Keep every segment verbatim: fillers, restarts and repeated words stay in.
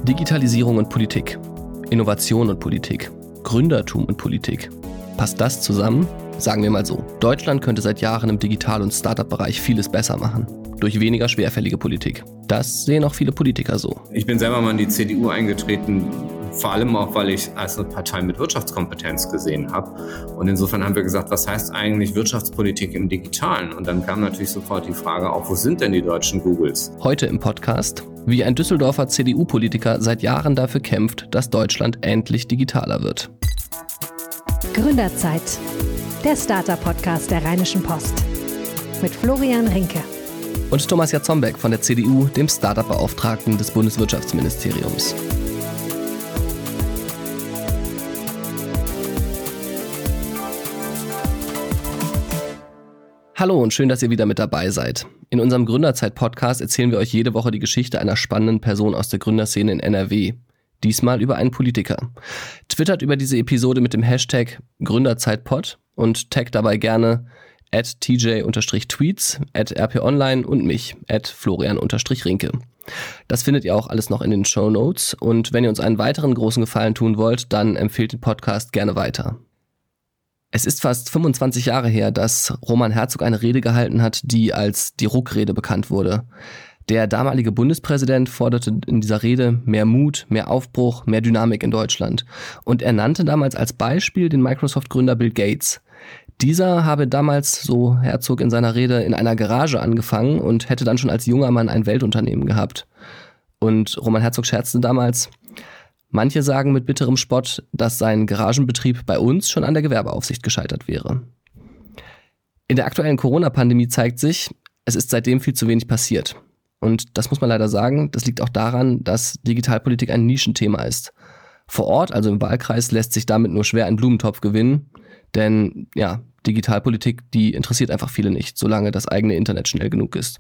Digitalisierung und Politik, Innovation und Politik, Gründertum und Politik. Passt das zusammen? Sagen wir mal so, Deutschland könnte seit Jahren im Digital- und Startup-Bereich vieles besser machen. Durch weniger schwerfällige Politik. Das sehen auch viele Politiker so. Ich bin selber mal in die C D U eingetreten, vor allem auch, weil ich es als eine Partei mit Wirtschaftskompetenz gesehen habe. Und insofern haben wir gesagt, was heißt eigentlich Wirtschaftspolitik im Digitalen? Und dann kam natürlich sofort die Frage auf, wo sind denn die deutschen Googles? Heute im Podcast, wie ein Düsseldorfer C D U-Politiker seit Jahren dafür kämpft, dass Deutschland endlich digitaler wird. Gründerzeit, der Startup-Podcast der Rheinischen Post. Mit Florian Rinke. Und Thomas Jatzombeck von der C D U, dem Startup-Beauftragten des Bundeswirtschaftsministeriums. Hallo und schön, dass ihr wieder mit dabei seid. In unserem Gründerzeit-Podcast erzählen wir euch jede Woche die Geschichte einer spannenden Person aus der Gründerszene in N R W. Diesmal über einen Politiker. Twittert über diese Episode mit dem Hashtag Gründerzeitpod und taggt dabei gerne at t j tweets, at r p online und mich, at florian rinke. Das findet ihr auch alles noch in den Shownotes und wenn ihr uns einen weiteren großen Gefallen tun wollt, dann empfehlt den Podcast gerne weiter. Es ist fast fünfundzwanzig Jahre her, dass Roman Herzog eine Rede gehalten hat, die als die Ruck-Rede bekannt wurde. Der damalige Bundespräsident forderte in dieser Rede mehr Mut, mehr Aufbruch, mehr Dynamik in Deutschland. Und er nannte damals als Beispiel den Microsoft-Gründer Bill Gates. Dieser habe damals, so Herzog in seiner Rede, in einer Garage angefangen und hätte dann schon als junger Mann ein Weltunternehmen gehabt. Und Roman Herzog scherzte damals: Manche sagen mit bitterem Spott, dass sein Garagenbetrieb bei uns schon an der Gewerbeaufsicht gescheitert wäre. In der aktuellen Corona-Pandemie zeigt sich, es ist seitdem viel zu wenig passiert. Und das muss man leider sagen, das liegt auch daran, dass Digitalpolitik ein Nischenthema ist. Vor Ort, also im Wahlkreis, lässt sich damit nur schwer ein Blumentopf gewinnen, denn ja, Digitalpolitik, die interessiert einfach viele nicht, solange das eigene Internet schnell genug ist.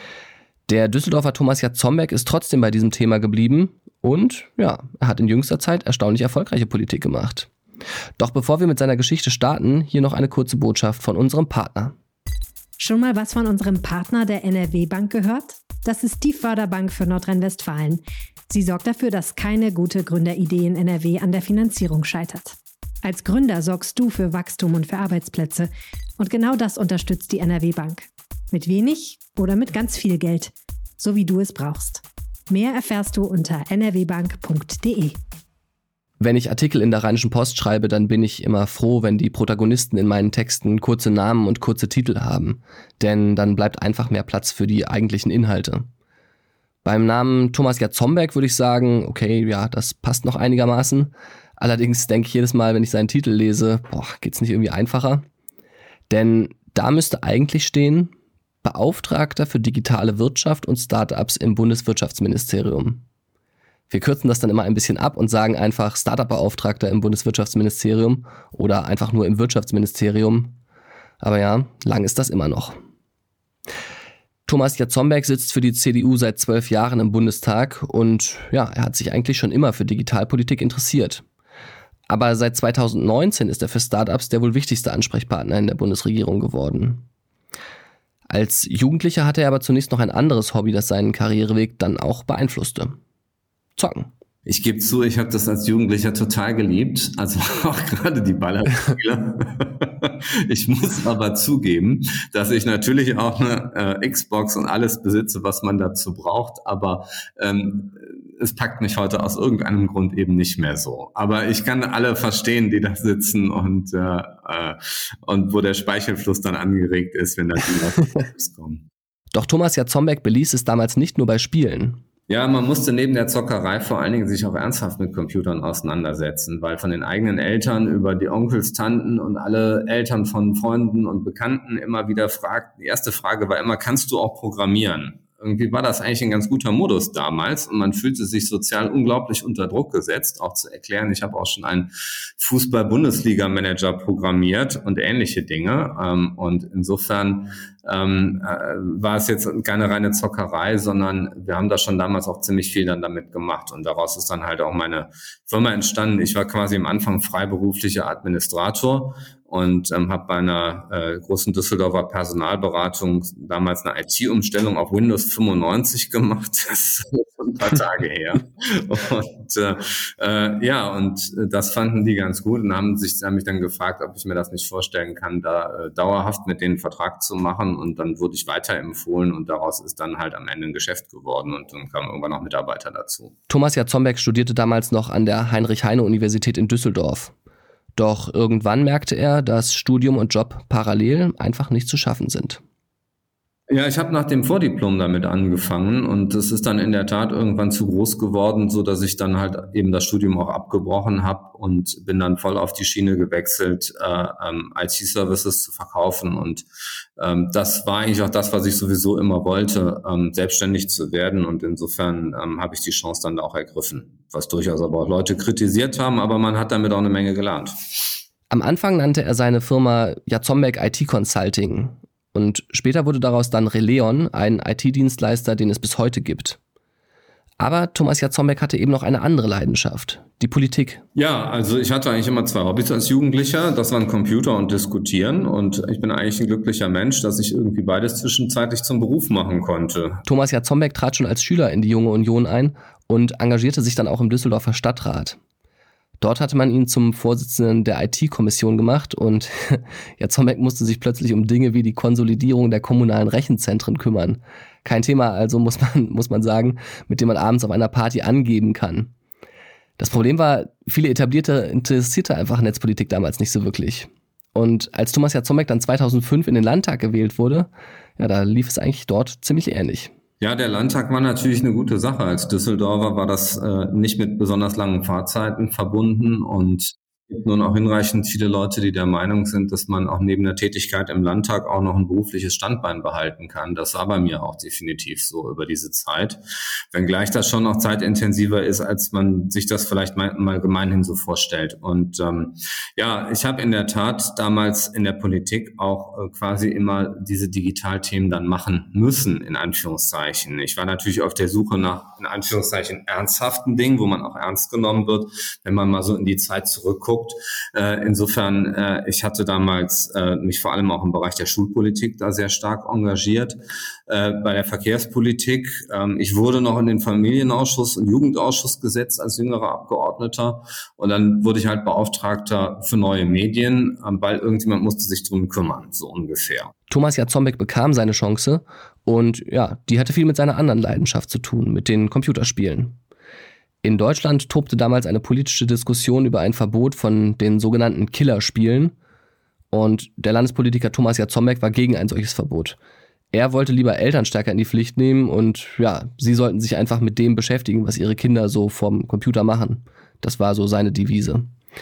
Der Düsseldorfer Thomas Jatzombeck ist trotzdem bei diesem Thema geblieben und ja, er hat in jüngster Zeit erstaunlich erfolgreiche Politik gemacht. Doch bevor wir mit seiner Geschichte starten, hier noch eine kurze Botschaft von unserem Partner. Schon mal was von unserem Partner der N R W Bank gehört? Das ist die Förderbank für Nordrhein-Westfalen. Sie sorgt dafür, dass keine gute Gründeridee in N R W an der Finanzierung scheitert. Als Gründer sorgst du für Wachstum und für Arbeitsplätze. Und genau das unterstützt die N R W Bank. Mit wenig oder mit ganz viel Geld. So wie du es brauchst. Mehr erfährst du unter n r w bank punkt d e. Wenn ich Artikel in der Rheinischen Post schreibe, dann bin ich immer froh, wenn die Protagonisten in meinen Texten kurze Namen und kurze Titel haben. Denn dann bleibt einfach mehr Platz für die eigentlichen Inhalte. Beim Namen Thomas Jatzombeck würde ich sagen, okay, ja, das passt noch einigermaßen. Allerdings denke ich jedes Mal, wenn ich seinen Titel lese, boah, geht's nicht irgendwie einfacher? Denn da müsste eigentlich stehen: Beauftragter für digitale Wirtschaft und Startups im Bundeswirtschaftsministerium. Wir kürzen das dann immer ein bisschen ab und sagen einfach Startup-Beauftragter im Bundeswirtschaftsministerium oder einfach nur im Wirtschaftsministerium. Aber ja, lang ist das immer noch. Thomas Jatzombeck sitzt für die C D U seit zwölf Jahren im Bundestag und ja, er hat sich eigentlich schon immer für Digitalpolitik interessiert. Aber seit zweitausendneunzehn ist er für Startups der wohl wichtigste Ansprechpartner in der Bundesregierung geworden. Als Jugendlicher hatte er aber zunächst noch ein anderes Hobby, das seinen Karriereweg dann auch beeinflusste: Zocken. Ich gebe zu, ich habe das als Jugendlicher total geliebt, also auch gerade die Ballerspiele. Ich muss aber zugeben, dass ich natürlich auch eine äh, Xbox und alles besitze, was man dazu braucht, aber ähm, es packt mich heute aus irgendeinem Grund eben nicht mehr so. Aber ich kann alle verstehen, die da sitzen und äh, äh, und wo der Speichelfluss dann angeregt ist, wenn da die Leute kommen. Doch Thomas Jatzombeck beließ es damals nicht nur bei Spielen. Ja, man musste neben der Zockerei vor allen Dingen sich auch ernsthaft mit Computern auseinandersetzen, weil von den eigenen Eltern über die Onkels, Tanten und alle Eltern von Freunden und Bekannten immer wieder fragt. Die erste Frage war immer: Kannst du auch programmieren? Irgendwie war das eigentlich ein ganz guter Modus damals und man fühlte sich sozial unglaublich unter Druck gesetzt, auch zu erklären, ich habe auch schon einen Fußball-Bundesliga-Manager programmiert und ähnliche Dinge. Und insofern ähm, äh, war es jetzt keine reine Zockerei, sondern wir haben da schon damals auch ziemlich viel dann damit gemacht und daraus ist dann halt auch meine Firma entstanden. Ich war quasi am Anfang freiberuflicher Administrator und ähm, habe bei einer äh, großen Düsseldorfer Personalberatung damals eine I T-Umstellung auf Windows fünfundneunzig gemacht. Das ist schon ein paar Tage her. Und äh, äh, ja, und das fanden die ganz gut und haben sich haben mich dann gefragt, ob ich mir das nicht vorstellen kann, da äh, dauerhaft mit denen einen Vertrag zu machen. Und dann wurde ich weiterempfohlen und daraus ist dann halt am Ende ein Geschäft geworden und dann kamen irgendwann auch Mitarbeiter dazu. Thomas Jarzombeck studierte damals noch an der Heinrich-Heine-Universität in Düsseldorf. Doch irgendwann merkte er, dass Studium und Job parallel einfach nicht zu schaffen sind. Ja, ich habe nach dem Vordiplom damit angefangen und es ist dann in der Tat irgendwann zu groß geworden, so dass ich dann halt eben das Studium auch abgebrochen habe und bin dann voll auf die Schiene gewechselt, äh, ähm, I T-Services zu verkaufen und ähm, das war eigentlich auch das, was ich sowieso immer wollte, ähm, selbstständig zu werden und insofern ähm, habe ich die Chance dann da auch ergriffen, was durchaus aber auch Leute kritisiert haben, aber man hat damit auch eine Menge gelernt. Am Anfang nannte er seine Firma Jarzombeck I T Consulting. Und später wurde daraus dann Releon, ein I T-Dienstleister, den es bis heute gibt. Aber Thomas Jarzombeck hatte eben noch eine andere Leidenschaft, die Politik. Ja, also ich hatte eigentlich immer zwei Hobbys als Jugendlicher. Das waren Computer und Diskutieren. Und ich bin eigentlich ein glücklicher Mensch, dass ich irgendwie beides zwischenzeitlich zum Beruf machen konnte. Thomas Jarzombeck trat schon als Schüler in die Junge Union ein und engagierte sich dann auch im Düsseldorfer Stadtrat. Dort hatte man ihn zum Vorsitzenden der I T-Kommission gemacht und Jarzombeck musste sich plötzlich um Dinge wie die Konsolidierung der kommunalen Rechenzentren kümmern. Kein Thema, also muss man, muss man sagen, mit dem man abends auf einer Party angeben kann. Das Problem war, viele Etablierte interessierte einfach Netzpolitik damals nicht so wirklich. Und als Thomas Jarzombeck dann zweitausendfünf in den Landtag gewählt wurde, ja, da lief es eigentlich dort ziemlich ähnlich. Ja, der Landtag war natürlich eine gute Sache. Als Düsseldorfer war das äh, nicht mit besonders langen Fahrzeiten verbunden und es gibt nun auch hinreichend viele Leute, die der Meinung sind, dass man auch neben der Tätigkeit im Landtag auch noch ein berufliches Standbein behalten kann. Das war bei mir auch definitiv so über diese Zeit. Wenngleich das schon noch zeitintensiver ist, als man sich das vielleicht mal, mal gemeinhin so vorstellt. Und ähm, ja, ich habe in der Tat damals in der Politik auch äh, quasi immer diese Digitalthemen dann machen müssen, in Anführungszeichen. Ich war natürlich auf der Suche nach, in Anführungszeichen, ernsthaften Dingen, wo man auch ernst genommen wird, wenn man mal so in die Zeit zurückguckt. Äh, insofern, äh, ich hatte damals äh, mich vor allem auch im Bereich der Schulpolitik da sehr stark engagiert, äh, bei der Verkehrspolitik. Ähm, ich wurde noch in den Familienausschuss und Jugendausschuss gesetzt als jüngerer Abgeordneter und dann wurde ich halt Beauftragter für neue Medien, äh, weil irgendjemand musste sich drum kümmern, so ungefähr. Thomas Jarzombeck bekam seine Chance und ja, die hatte viel mit seiner anderen Leidenschaft zu tun, mit den Computerspielen. In Deutschland tobte damals eine politische Diskussion über ein Verbot von den sogenannten Killerspielen und der Landespolitiker Thomas Jarzombeck war gegen ein solches Verbot. Er wollte lieber Eltern stärker in die Pflicht nehmen und ja, sie sollten sich einfach mit dem beschäftigen, was ihre Kinder so vom Computer machen. Das war so seine Devise.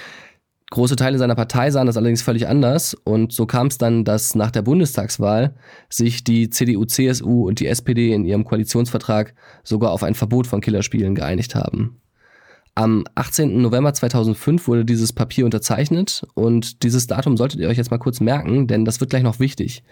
Große Teile seiner Partei sahen das allerdings völlig anders und so kam es dann, dass nach der Bundestagswahl sich die C D U, C S U und die S P D in ihrem Koalitionsvertrag sogar auf ein Verbot von Killerspielen geeinigt haben. Am achtzehnten November zweitausendfünf wurde dieses Papier unterzeichnet und dieses Datum solltet ihr euch jetzt mal kurz merken, denn das wird gleich noch wichtig.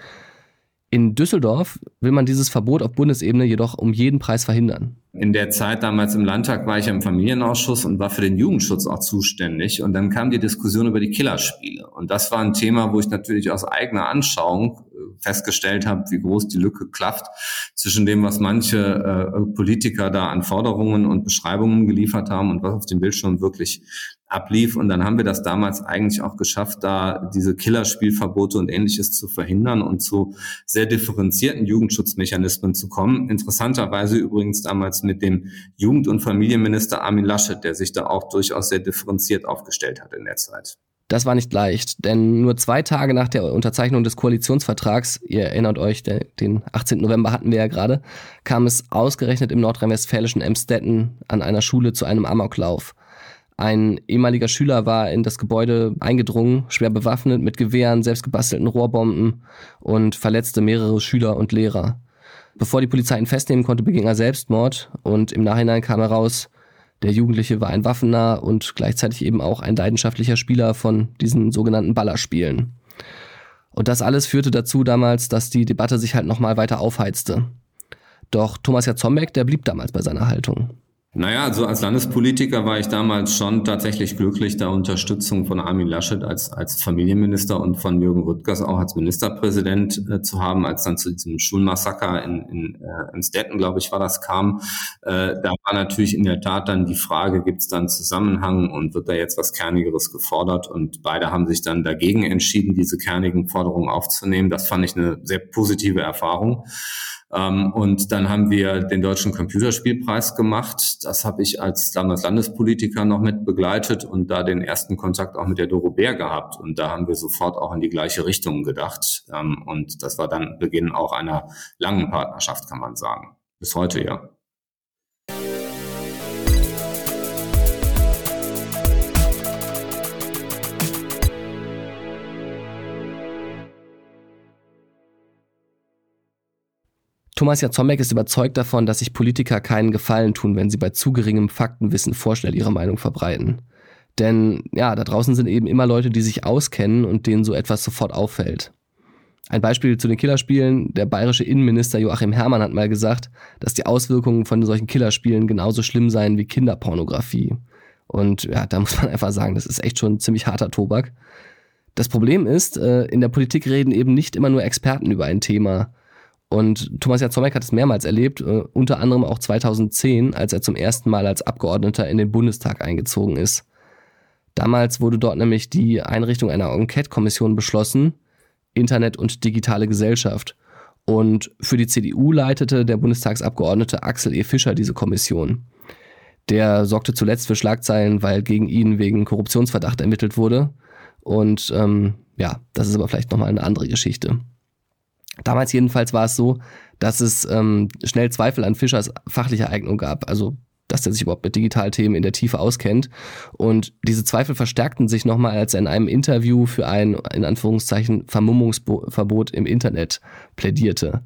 In Düsseldorf will man dieses Verbot auf Bundesebene jedoch um jeden Preis verhindern. In der Zeit damals im Landtag war ich im Familienausschuss und war für den Jugendschutz auch zuständig. Und dann kam die Diskussion über die Killerspiele. Und das war ein Thema, wo ich natürlich aus eigener Anschauung festgestellt habe, wie groß die Lücke klafft zwischen dem, was manche äh, Politiker da an Forderungen und Beschreibungen geliefert haben und was auf dem Bildschirm wirklich ablief. Und dann haben wir das damals eigentlich auch geschafft, da diese Killerspielverbote und Ähnliches zu verhindern und zu sehr differenzierten Jugendschutzmechanismen zu kommen. Interessanterweise übrigens damals mit dem Jugend- und Familienminister Armin Laschet, der sich da auch durchaus sehr differenziert aufgestellt hat in der Zeit. Das war nicht leicht, denn nur zwei Tage nach der Unterzeichnung des Koalitionsvertrags, ihr erinnert euch, der, den achtzehnten November hatten wir ja gerade, kam es ausgerechnet im nordrhein-westfälischen Emstetten an einer Schule zu einem Amoklauf. Ein ehemaliger Schüler war in das Gebäude eingedrungen, schwer bewaffnet mit Gewehren, selbstgebastelten Rohrbomben und verletzte mehrere Schüler und Lehrer. Bevor die Polizei ihn festnehmen konnte, beging er Selbstmord und im Nachhinein kam heraus, der Jugendliche war ein Waffennah und gleichzeitig eben auch ein leidenschaftlicher Spieler von diesen sogenannten Ballerspielen. Und das alles führte dazu damals, dass die Debatte sich halt nochmal weiter aufheizte. Doch Thomas Jarzombeck, der blieb damals bei seiner Haltung. Naja, also als Landespolitiker war ich damals schon tatsächlich glücklich, da Unterstützung von Armin Laschet als als Familienminister und von Jürgen Rüttgers auch als Ministerpräsident äh, zu haben, als dann zu diesem Schulmassaker in, in, äh, in Stetten, glaube ich, war das, kam. Äh, da war natürlich in der Tat dann die Frage, gibt es da einen Zusammenhang und wird da jetzt was Kernigeres gefordert? Und beide haben sich dann dagegen entschieden, diese kernigen Forderungen aufzunehmen. Das fand ich eine sehr positive Erfahrung. Um, und dann haben wir den Deutschen Computerspielpreis gemacht. Das habe ich als damals Landespolitiker noch mit begleitet und da den ersten Kontakt auch mit der Doro Bär gehabt. Und da haben wir sofort auch in die gleiche Richtung gedacht. Um, und das war dann Beginn auch einer langen Partnerschaft, kann man sagen. Bis heute, ja. Thomas Jarzombeck ist überzeugt davon, dass sich Politiker keinen Gefallen tun, wenn sie bei zu geringem Faktenwissen vorschnell ihre Meinung verbreiten. Denn ja, da draußen sind eben immer Leute, die sich auskennen und denen so etwas sofort auffällt. Ein Beispiel zu den Killerspielen: Der bayerische Innenminister Joachim Herrmann hat mal gesagt, dass die Auswirkungen von solchen Killerspielen genauso schlimm seien wie Kinderpornografie. Und ja, da muss man einfach sagen, das ist echt schon ziemlich harter Tobak. Das Problem ist, in der Politik reden eben nicht immer nur Experten über ein Thema. Und Thomas Jarzombeck hat es mehrmals erlebt, äh, unter anderem auch zweitausendzehn, als er zum ersten Mal als Abgeordneter in den Bundestag eingezogen ist. Damals wurde dort nämlich die Einrichtung einer Enquete-Kommission beschlossen, Internet und digitale Gesellschaft. Und für die C D U leitete der Bundestagsabgeordnete Axel E. Fischer diese Kommission. Der sorgte zuletzt für Schlagzeilen, weil gegen ihn wegen Korruptionsverdacht ermittelt wurde. Und ähm, ja, das ist aber vielleicht nochmal eine andere Geschichte. Damals jedenfalls war es so, dass es ähm, schnell Zweifel an Fischers fachlicher Eignung gab, also dass er sich überhaupt mit Digitalthemen in der Tiefe auskennt. Und diese Zweifel verstärkten sich nochmal, als er in einem Interview für ein, in Anführungszeichen, Vermummungsverbot im Internet plädierte.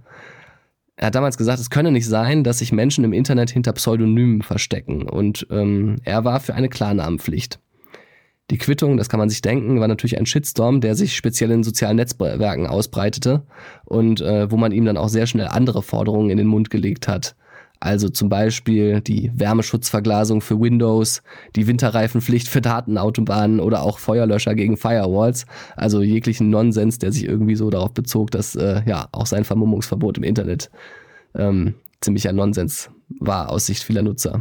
Er hat damals gesagt, es könne nicht sein, dass sich Menschen im Internet hinter Pseudonymen verstecken. Und ähm, er war für eine Klarnamenpflicht. Die Quittung, das kann man sich denken, war natürlich ein Shitstorm, der sich speziell in sozialen Netzwerken ausbreitete und äh, wo man ihm dann auch sehr schnell andere Forderungen in den Mund gelegt hat. Also zum Beispiel die Wärmeschutzverglasung für Windows, die Winterreifenpflicht für Datenautobahnen oder auch Feuerlöscher gegen Firewalls. Also jeglichen Nonsens, der sich irgendwie so darauf bezog, dass äh, ja auch sein Vermummungsverbot im Internet ähm, ziemlicher Nonsens war aus Sicht vieler Nutzer.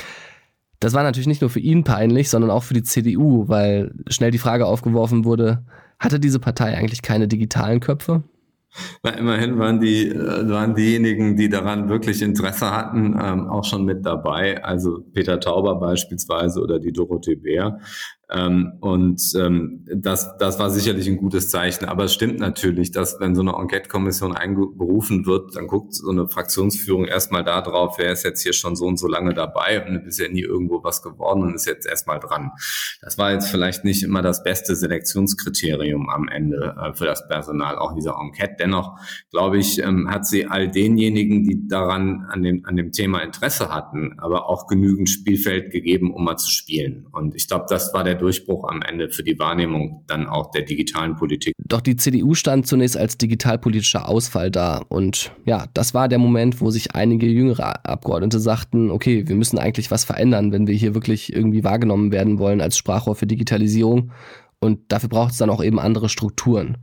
Das war natürlich nicht nur für ihn peinlich, sondern auch für die C D U, weil schnell die Frage aufgeworfen wurde, hatte diese Partei eigentlich keine digitalen Köpfe? Na, immerhin waren die waren diejenigen, die daran wirklich Interesse hatten, ähm, auch schon mit dabei. Also Peter Tauber beispielsweise oder die Dorothee Bär. Ähm, und ähm, das das war sicherlich ein gutes Zeichen. Aber es stimmt natürlich, dass wenn so eine Enquete-Kommission einberufen wird, dann guckt so eine Fraktionsführung erstmal da drauf, wer ist jetzt hier schon so und so lange dabei und ist ja nie irgendwo was geworden und ist jetzt erstmal dran. Das war jetzt vielleicht nicht immer das beste Selektionskriterium am Ende äh, für das Personal, auch dieser Enquete. Dennoch, glaube ich, ähm, hat sie all denjenigen, die daran an dem an dem Thema Interesse hatten, aber auch genügend Spielfeld gegeben, um mal zu spielen. Und ich glaube, das war der Durchbruch am Ende für die Wahrnehmung dann auch der digitalen Politik. Doch die C D U stand zunächst als digitalpolitischer Ausfall da. Und ja, das war der Moment, wo sich einige jüngere Abgeordnete sagten, okay, wir müssen eigentlich was verändern, wenn wir hier wirklich irgendwie wahrgenommen werden wollen als Sprachrohr für Digitalisierung. Und dafür braucht es dann auch eben andere Strukturen.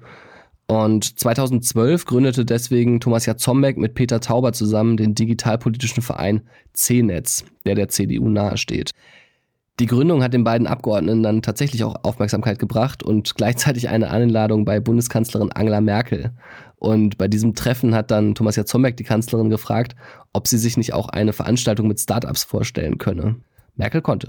Und zweitausendzwölf gründete deswegen Thomas Jarzombeck mit Peter Tauber zusammen den digitalpolitischen Verein C-Netz, der der C D U nahesteht. Die Gründung hat den beiden Abgeordneten dann tatsächlich auch Aufmerksamkeit gebracht und gleichzeitig eine Einladung bei Bundeskanzlerin Angela Merkel. Und bei diesem Treffen hat dann Thomas Jarzombeck die Kanzlerin gefragt, ob sie sich nicht auch eine Veranstaltung mit Startups vorstellen könne. Merkel konnte.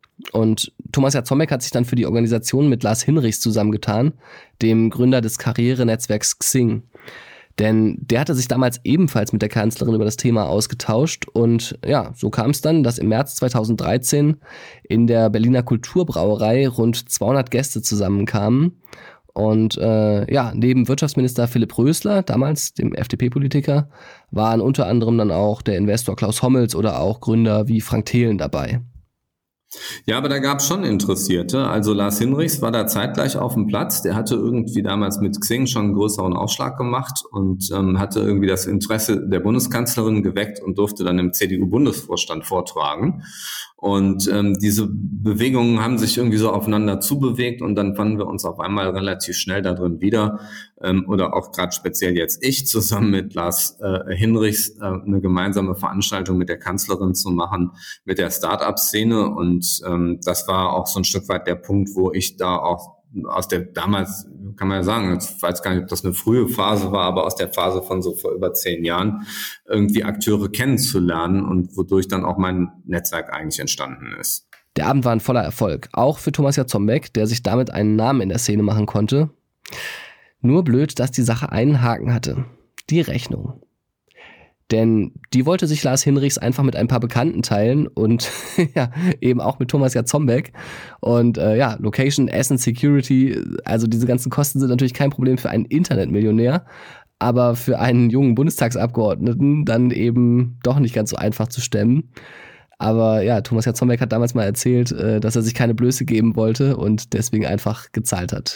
Und Thomas Jarzombeck hat sich dann für die Organisation mit Lars Hinrichs zusammengetan, dem Gründer des Karrierenetzwerks Xing. Denn der hatte sich damals ebenfalls mit der Kanzlerin über das Thema ausgetauscht und ja, so kam es dann, dass im März zweitausenddreizehn in der Berliner Kulturbrauerei rund zweihundert Gäste zusammenkamen und äh, ja, neben Wirtschaftsminister Philipp Rösler, damals dem F D P-Politiker, waren unter anderem dann auch der Investor Klaus Hommels oder auch Gründer wie Frank Thelen dabei. Ja, aber da gab es schon Interessierte. Also Lars Hinrichs war da zeitgleich auf dem Platz. Der hatte irgendwie damals mit Xing schon einen größeren Aufschlag gemacht und ähm, hatte irgendwie das Interesse der Bundeskanzlerin geweckt und durfte dann im C D U-Bundesvorstand vortragen. Und ähm, diese Bewegungen haben sich irgendwie so aufeinander zubewegt und dann fanden wir uns auf einmal relativ schnell da drin wieder. Ähm, oder auch gerade speziell jetzt ich zusammen mit Lars äh, Hinrichs äh, eine gemeinsame Veranstaltung mit der Kanzlerin zu machen, mit der Start-up-Szene. Und ähm, das war auch so ein Stück weit der Punkt, wo ich da auch aus der damals, kann man ja sagen, ich weiß gar nicht, ob das eine frühe Phase war, aber aus der Phase von so vor über zehn Jahren irgendwie Akteure kennenzulernen und wodurch dann auch mein Netzwerk eigentlich entstanden ist. Der Abend war ein voller Erfolg, auch für Thomas Jarzombeck, der sich damit einen Namen in der Szene machen konnte. Nur blöd, dass die Sache einen Haken hatte. Die Rechnung. Denn die wollte sich Lars Hinrichs einfach mit ein paar Bekannten teilen und ja, eben auch mit Thomas Jarzombeck. Und äh, ja, Location, Essen, Security, also diese ganzen Kosten sind natürlich kein Problem für einen Internetmillionär, aber für einen jungen Bundestagsabgeordneten dann eben doch nicht ganz so einfach zu stemmen. Aber ja, Thomas Jarzombeck hat damals mal erzählt, äh, dass er sich keine Blöße geben wollte und deswegen einfach gezahlt hat.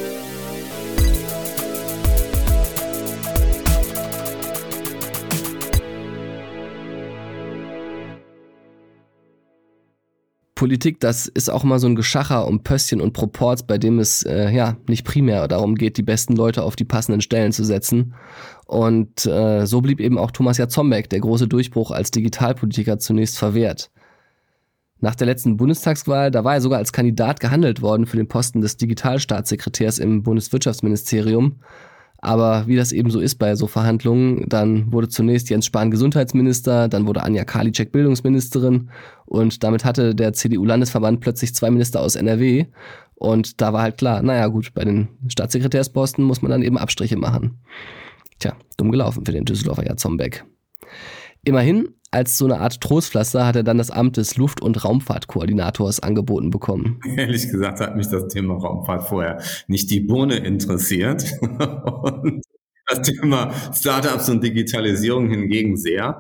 Politik, das ist auch mal so ein Geschacher um Pöstchen und Proports, bei dem es äh, ja nicht primär darum geht, die besten Leute auf die passenden Stellen zu setzen. Und äh, so blieb eben auch Thomas Jarzombeck, der große Durchbruch als Digitalpolitiker, zunächst verwehrt. Nach der letzten Bundestagswahl, da war er sogar als Kandidat gehandelt worden für den Posten des Digitalstaatssekretärs im Bundeswirtschaftsministerium. Aber wie das eben so ist bei so Verhandlungen, dann wurde zunächst Jens Spahn Gesundheitsminister, dann wurde Anja Karliczek Bildungsministerin und damit hatte der C D U-Landesverband plötzlich zwei Minister aus N R W und da war halt klar, naja gut, bei den Staatssekretärsposten muss man dann eben Abstriche machen. Tja, dumm gelaufen für den Düsseldorfer Jarzombeck. Immerhin, als so eine Art Trostpflaster hat er dann das Amt des Luft- und Raumfahrtkoordinators angeboten bekommen. Ehrlich gesagt hat mich das Thema Raumfahrt vorher nicht die Bohne interessiert. Und das Thema Startups und Digitalisierung hingegen sehr.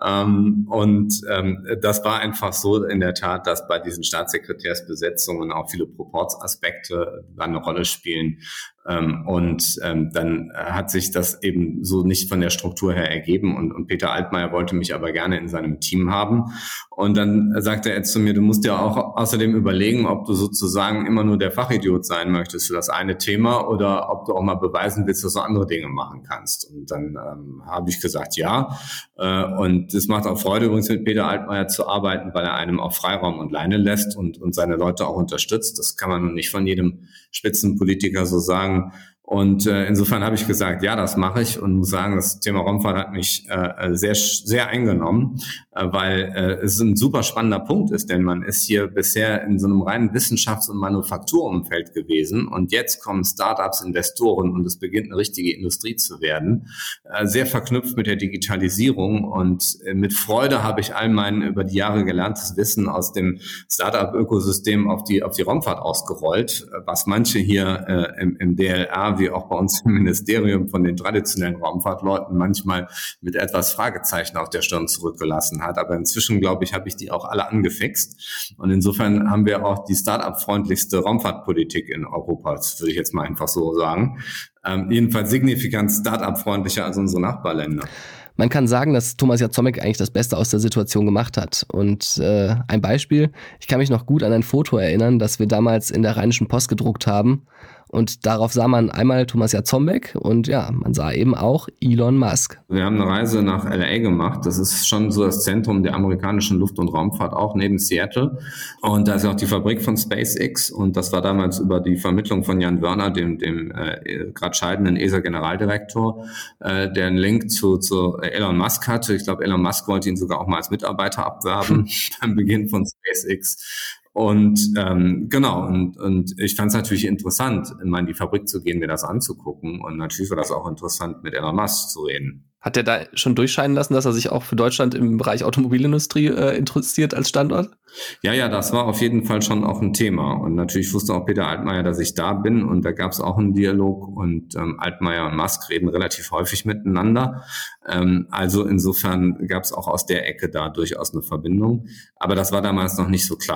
Und das war einfach so in der Tat, dass bei diesen Staatssekretärsbesetzungen auch viele Proportsaspekte eine Rolle spielen. Ähm, und ähm, dann hat sich das eben so nicht von der Struktur her ergeben und, und Peter Altmaier wollte mich aber gerne in seinem Team haben. Und dann sagte er zu mir, du musst dir auch außerdem überlegen, ob du sozusagen immer nur der Fachidiot sein möchtest für das eine Thema oder ob du auch mal beweisen willst, dass du andere Dinge machen kannst. Und dann ähm, habe ich gesagt, ja. Äh, und es macht auch Freude übrigens mit Peter Altmaier zu arbeiten, weil er einem auch Freiraum und Leine lässt und, und seine Leute auch unterstützt. Das kann man nun nicht von jedem Spitzenpolitiker so sagen. Und äh, insofern habe ich gesagt, ja, das mache ich und muss sagen, das Thema Raumfahrt hat mich äh, sehr sehr eingenommen, äh, weil äh, es ein super spannender Punkt ist, denn man ist hier bisher in so einem reinen Wissenschafts- und Manufakturumfeld gewesen und jetzt kommen Startups, Investoren und es beginnt eine richtige Industrie zu werden, äh, sehr verknüpft mit der Digitalisierung und äh, mit Freude habe ich all mein über die Jahre gelerntes Wissen aus dem Startup-Ökosystem auf die auf die Raumfahrt ausgerollt, was manche hier äh, im, im D L R wie auch bei uns im Ministerium von den traditionellen Raumfahrtleuten manchmal mit etwas Fragezeichen auf der Stirn zurückgelassen hat. Aber inzwischen, glaube ich, habe ich die auch alle angefixt. Und insofern haben wir auch die Start-up-freundlichste Raumfahrtpolitik in Europa, das würde ich jetzt mal einfach so sagen. Ähm, jedenfalls signifikant Start-up-freundlicher als unsere Nachbarländer. Man kann sagen, dass Thomas Jarzombeck eigentlich das Beste aus der Situation gemacht hat. Und äh, ein Beispiel, ich kann mich noch gut an ein Foto erinnern, das wir damals in der Rheinischen Post gedruckt haben. Und darauf sah man einmal Thomas Jarzombeck und ja, man sah eben auch Elon Musk. Wir haben eine Reise nach L A gemacht. Das ist schon so das Zentrum der amerikanischen Luft- und Raumfahrt, auch neben Seattle. Und da ist auch die Fabrik von SpaceX. Und das war damals über die Vermittlung von Jan Wörner, dem, dem äh, gerade scheidenden E S A-Generaldirektor, äh, der einen Link zu, zu Elon Musk hatte. Ich glaube, Elon Musk wollte ihn sogar auch mal als Mitarbeiter abwerben beim Beginn von SpaceX. Und ähm, genau, und, und ich fand es natürlich interessant, mal in die Fabrik zu gehen, mir das anzugucken. Und natürlich war das auch interessant, mit Elon Musk zu reden. Hat er da schon durchscheinen lassen, dass er sich auch für Deutschland im Bereich Automobilindustrie äh, interessiert als Standort? Ja, ja, das war auf jeden Fall schon auch ein Thema. Und natürlich wusste auch Peter Altmaier, dass ich da bin. Und da gab es auch einen Dialog. Und ähm, Altmaier und Musk reden relativ häufig miteinander. Ähm, also insofern gab es auch aus der Ecke da durchaus eine Verbindung. Aber das war damals noch nicht so klar.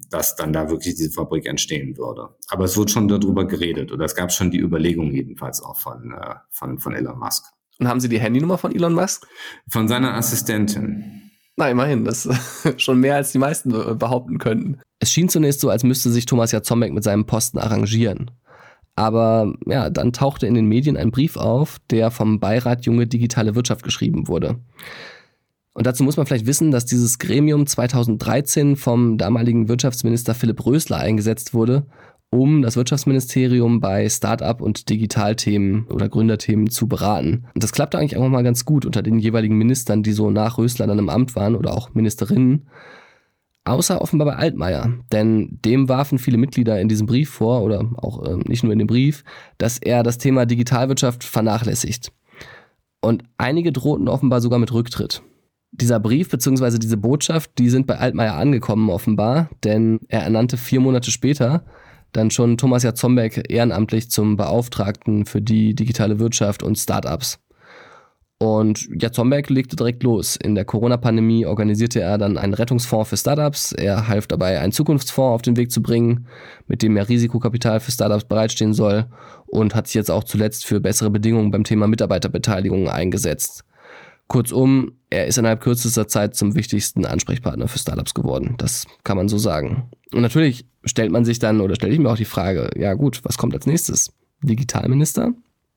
dass dann da wirklich diese Fabrik entstehen würde. Aber es wurde schon darüber geredet oder es gab schon die Überlegung jedenfalls auch von, äh, von, von Elon Musk. Und haben Sie die Handynummer von Elon Musk? Von seiner Assistentin. Na, immerhin, das ist schon mehr als die meisten behaupten könnten. Es schien zunächst so, als müsste sich Thomas Jarzembek mit seinem Posten arrangieren. Aber ja, dann tauchte in den Medien ein Brief auf, der vom Beirat Junge Digitale Wirtschaft geschrieben wurde. Und dazu muss man vielleicht wissen, dass dieses Gremium zweitausenddreizehn vom damaligen Wirtschaftsminister Philipp Rösler eingesetzt wurde, um das Wirtschaftsministerium bei Start-up- und Digitalthemen oder Gründerthemen zu beraten. Und das klappte eigentlich auch mal ganz gut unter den jeweiligen Ministern, die so nach Rösler dann im Amt waren oder auch Ministerinnen. Außer offenbar bei Altmaier, denn dem warfen viele Mitglieder in diesem Brief vor, oder auch äh, nicht nur in dem Brief, dass er das Thema Digitalwirtschaft vernachlässigt. Und einige drohten offenbar sogar mit Rücktritt. Dieser Brief bzw. diese Botschaft, die sind bei Altmaier angekommen offenbar, denn er ernannte vier Monate später dann schon Thomas Jarzembek ehrenamtlich zum Beauftragten für die digitale Wirtschaft und Startups. Und Jarzembek legte direkt los. In der Corona-Pandemie organisierte er dann einen Rettungsfonds für Startups. Er half dabei, einen Zukunftsfonds auf den Weg zu bringen, mit dem mehr Risikokapital für Startups bereitstehen soll, und hat sich jetzt auch zuletzt für bessere Bedingungen beim Thema Mitarbeiterbeteiligung eingesetzt. Kurzum, er ist innerhalb kürzester Zeit zum wichtigsten Ansprechpartner für Startups geworden. Das kann man so sagen. Und natürlich stellt man sich dann, oder stelle ich mir auch die Frage, ja gut, was kommt als nächstes? Digitalminister?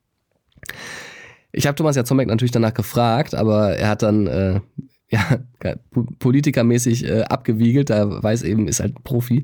Ich habe Thomas Jarzembek natürlich danach gefragt, aber er hat dann äh, ja, politikermäßig äh, abgewiegelt, da weiß eben, ist halt Profi.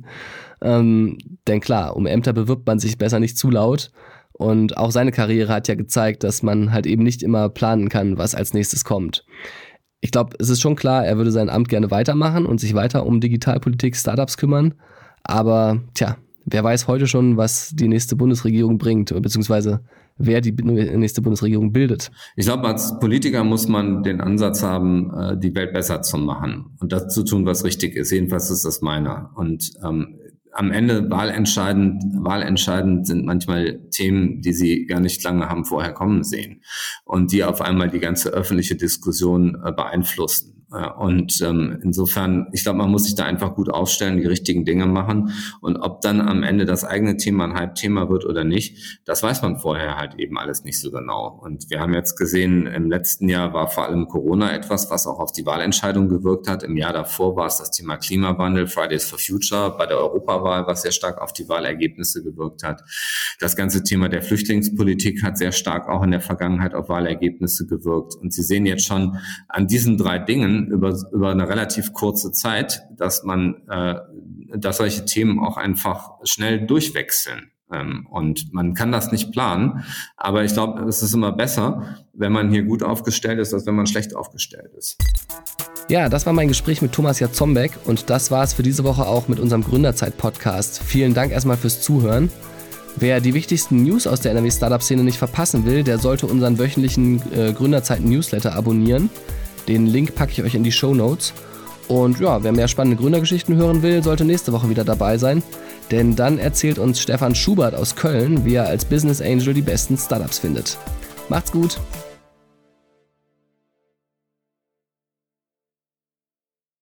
Ähm, denn klar, um Ämter bewirbt man sich besser nicht zu laut. Und auch seine Karriere hat ja gezeigt, dass man halt eben nicht immer planen kann, was als nächstes kommt. Ich glaube, es ist schon klar, er würde sein Amt gerne weitermachen und sich weiter um Digitalpolitik, Startups kümmern. Aber tja, wer weiß heute schon, was die nächste Bundesregierung bringt, beziehungsweise wer die nächste Bundesregierung bildet. Ich glaube, als Politiker muss man den Ansatz haben, die Welt besser zu machen und das zu tun, was richtig ist. Jedenfalls ist das meiner. Und ähm, am Ende wahlentscheidend, wahlentscheidend sind manchmal Themen, die Sie gar nicht lange haben vorher kommen sehen und die auf einmal die ganze öffentliche Diskussion äh, beeinflussen. Und ähm, insofern, ich glaube, man muss sich da einfach gut aufstellen, die richtigen Dinge machen. Und ob dann am Ende das eigene Thema ein Hype-Thema wird oder nicht, das weiß man vorher halt eben alles nicht so genau. Und wir haben jetzt gesehen, im letzten Jahr war vor allem Corona etwas, was auch auf die Wahlentscheidung gewirkt hat. Im Jahr davor war es das Thema Klimawandel, Fridays for Future, bei der Europawahl, was sehr stark auf die Wahlergebnisse gewirkt hat. Das ganze Thema der Flüchtlingspolitik hat sehr stark auch in der Vergangenheit auf Wahlergebnisse gewirkt. Und Sie sehen jetzt schon an diesen drei Dingen, über über eine relativ kurze Zeit, dass man, äh, dass solche Themen auch einfach schnell durchwechseln. Ähm, und man kann das nicht planen, aber ich glaube, es ist immer besser, wenn man hier gut aufgestellt ist, als wenn man schlecht aufgestellt ist. Ja, das war mein Gespräch mit Thomas Jarzembek und das war es für diese Woche auch mit unserem Gründerzeit-Podcast. Vielen Dank erstmal fürs Zuhören. Wer die wichtigsten News aus der N R W-Startup-Szene nicht verpassen will, der sollte unseren wöchentlichen äh, Gründerzeit-Newsletter abonnieren. Den Link packe ich euch in die Shownotes. Und ja, wer mehr spannende Gründergeschichten hören will, sollte nächste Woche wieder dabei sein. Denn dann erzählt uns Stefan Schubert aus Köln, wie er als Business Angel die besten Startups findet. Macht's gut!